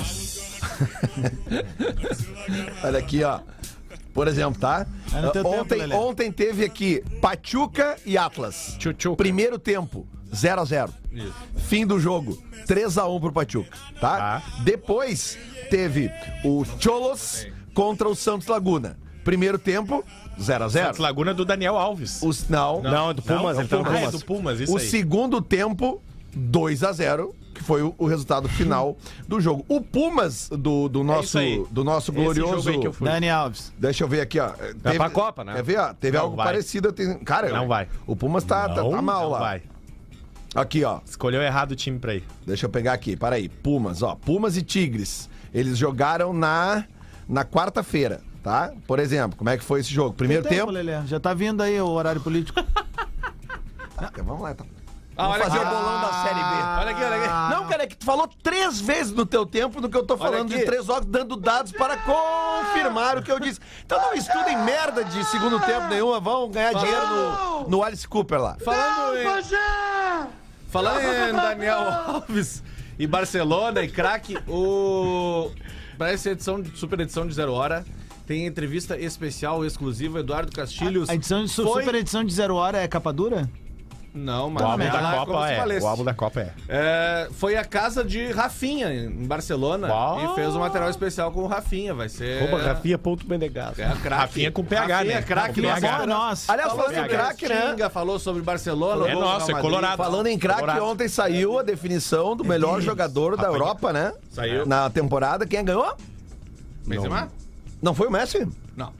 Olha aqui, ó. Por exemplo, tá? É no teu ontem, tempo, Lelê. ontem teve aqui Pachuca e Atlas. Tchutchuca. Primeiro tempo, zero a zero. Fim do jogo, três a um pro Pachuca, tá? Tá. Depois teve o Cholos contra o Santos Laguna. Primeiro tempo, zero a zero. Santos Laguna do Daniel Alves. Os, não, Não, é do Pumas, Não, ele tá no ah, é Pumas. do Pumas, isso o aí. segundo tempo, dois a zero, que foi o, o resultado final do jogo. O Pumas do, do nosso, isso aí. do nosso Esse glorioso... jogo aí que eu fui. Dani Alves. Deixa eu ver aqui, ó. Teve, pra Copa, né? Quer ver, ó? Teve Não algo vai. parecido. Tem, cara, Não vai. O Pumas tá, tá, tá mal Não lá. vai. Aqui, ó. Escolheu errado o time pra ir. Deixa eu pegar aqui. Para aí. Pumas, ó. Pumas e Tigres. Eles jogaram na, na quarta-feira, tá? Por exemplo, como é que foi esse jogo? Primeiro Tem tempo. Lelê. Já tá vindo aí o horário político. Ah, vamos lá, então. Ah, olha fazer aqui, o bolão da Série B. Olha aqui, olha aqui. Não, cara, é que tu falou três vezes no teu tempo do que eu tô falando aqui. de três jogos, dando dados para confirmar o que eu disse. Então não estudem merda de segundo tempo nenhuma, vão ganhar dinheiro no, no Alice Cooper lá. Falando em... Falando em Daniel Alves e Barcelona e craque, o... Para essa edição, super edição de Zero Hora, tem entrevista especial, exclusiva, Eduardo Castilhos. A edição de su- foi... super edição de Zero Hora é capa dura? Não, mas O álbum é da lá como Copa se é. valesse. O álbum da Copa é. É, foi a casa de Rafinha, em Barcelona, Uau. e fez um material especial com o Rafinha. Vai ser. Arroba Rafinha.menegaso. É a craque. Rafinha com P H, Rafinha, né? craque Com no P H. Azul. Nossa. Aliás, Falou falando em sobre craque, né? Restinga, falou sobre Barcelona. É o gol do nosso, Real é Madrid. colorado. Falando em craque, Colorado. ontem saiu a definição do melhor jogador da Europa, né? Saiu. Na temporada. Quem ganhou? Benzema? Não foi o Messi? Não.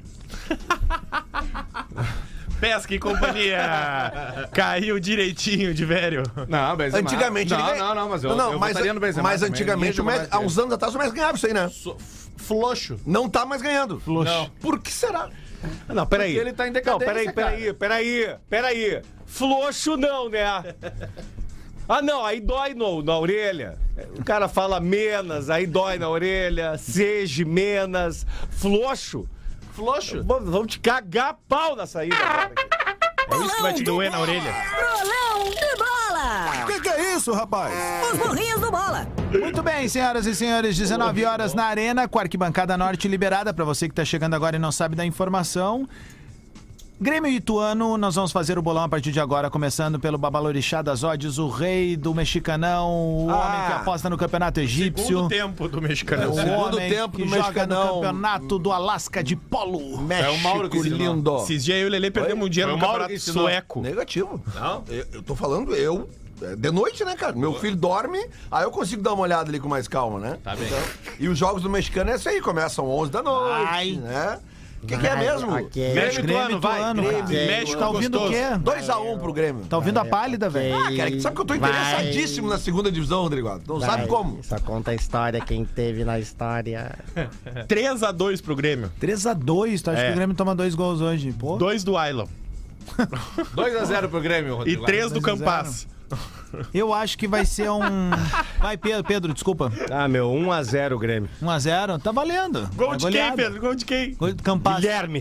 Pesca e companhia. Caiu direitinho de velho. Não, Benzema. Antigamente não, ele ganha- Não, não, mas eu, não, não, eu mas, votaria no Benzema mas também. antigamente, o Ninguém Messi, jogou há mais uns anos atrás, o Messi ganhava isso aí, né? So- f- Floxo. Não tá mais ganhando. Não. Por que será? Não, peraí. Porque ele tá em Não, decadência, peraí, peraí, peraí, peraí. Floxo não, né? Ah, não, aí dói no, na orelha. O cara fala menos, aí dói na orelha. Seja menos. Floxo. Floxo. Vamos vamos te cagar a pau na saída. Cara. É isso que vai te doer na orelha. Bolão de bola! O que, que é isso, rapaz? Os burrinhos do bola! Muito bem, senhoras e senhores, dezenove horas na Arena, com a arquibancada norte liberada. Pra você que tá chegando agora e não sabe da informação. Grêmio e Ituano, nós vamos fazer o bolão a partir de agora, começando pelo Babalorixá das Odds, o rei do mexicanão, o Ah. homem que aposta no campeonato egípcio. Segundo tempo do mexicano. O Segundo homem tempo que do joga mexicanão. no campeonato do Alasca de polo. México, o Mauro que ensinou. lindo. Esses dias eu e o Lelê perdemos um dinheiro Foi no o Mauro campeonato que ensinou. sueco. Negativo. Não? Eu, eu tô falando, eu. é De noite, né, cara? Meu filho dorme, aí eu consigo dar uma olhada ali com mais calma, né? Tá bem. E os jogos do mexicano é isso aí, começam onze da noite, Ai. né? O que, que é mesmo? Ok. México Grêmio Ituano, vai. Ituano, Grêmio, cara. México Tá ouvindo o gostoso. quê? dois a um pro Grêmio. Tá ouvindo a pálida, velho? Ah, cara, que sabe que eu tô interessadíssimo na segunda divisão, Rodrigo. Não sabe como. Só conta a história, quem teve na história. três a dois pro Grêmio. três a dois, tu acha É. que o Grêmio toma dois gols hoje? Pô. dois do Ailon. dois a zero pro Grêmio, E Rodrigo. três do dois a Campas. Eu acho que vai ser um... Vai, Pedro, Pedro, desculpa. Ah, meu, um a zero Grêmio. um a zero, tá valendo. Gol É de quem, goleada. Pedro? Gol de quem? Gol de Campas. Guilherme.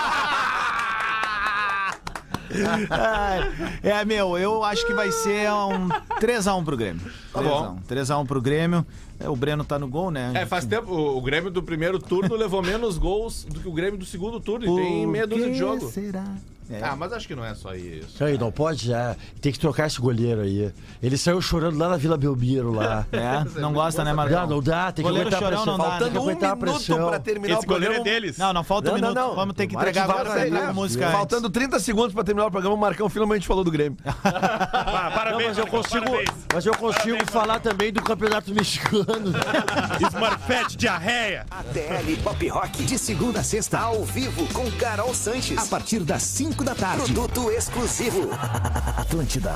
É, meu, eu acho que vai ser um três a um pro Grêmio. três a um. três a um pro Grêmio. É, o Breno tá no gol, né? É, faz tempo. O, o Grêmio do primeiro turno levou menos gols do que o Grêmio do segundo turno. E tem meia dúzia de jogo. será? É. Ah, mas acho que não é só isso. Isso aí, não pode já. Tem que trocar esse goleiro aí. Ele saiu chorando lá na Vila Belmiro lá. É, não gosta, né, Não, Marcão? não dá, tem que Goleiro aguentar a chorão pressão. não dá, né? Tem que Faltando um aguentar a minuto pressão. pra terminar Esse o goleiro programa. é deles. Não, não falta um Não, não, minuto. não. Vamos ter que Vai entregar devagar, agora pra entrar né? com música antes. Faltando trinta segundos pra terminar o programa, o Marcão finalmente falou do Grêmio. Ah, Não, parabéns, mas eu Marcão, consigo, parabéns. mas eu consigo falar também do campeonato mexicano. Smurfette, diarreia. A T L Pop Rock, de segunda a sexta, ao vivo com Carol Sanches, a partir das cinco da tarde. Produto exclusivo. Atlântida.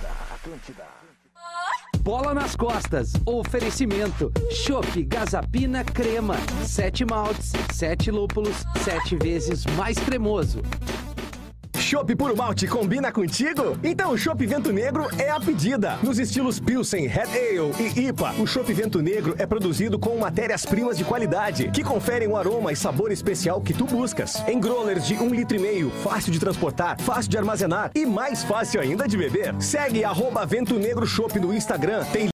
Bola nas costas. Oferecimento. Chopp Gazapina Crema. Sete maltes, sete lúpulos, sete vezes mais cremoso. Chopp Puro Malte combina contigo? Então o Chopp Vento Negro é a pedida. Nos estilos Pilsen, Red Ale e I P A, o Chopp Vento Negro é produzido com matérias-primas de qualidade, que conferem um aroma e sabor especial que tu buscas. Em growlers de um litro e meio, fácil de transportar, fácil de armazenar e mais fácil ainda de beber. Segue arroba Vento Negro Chopp no Instagram. Tem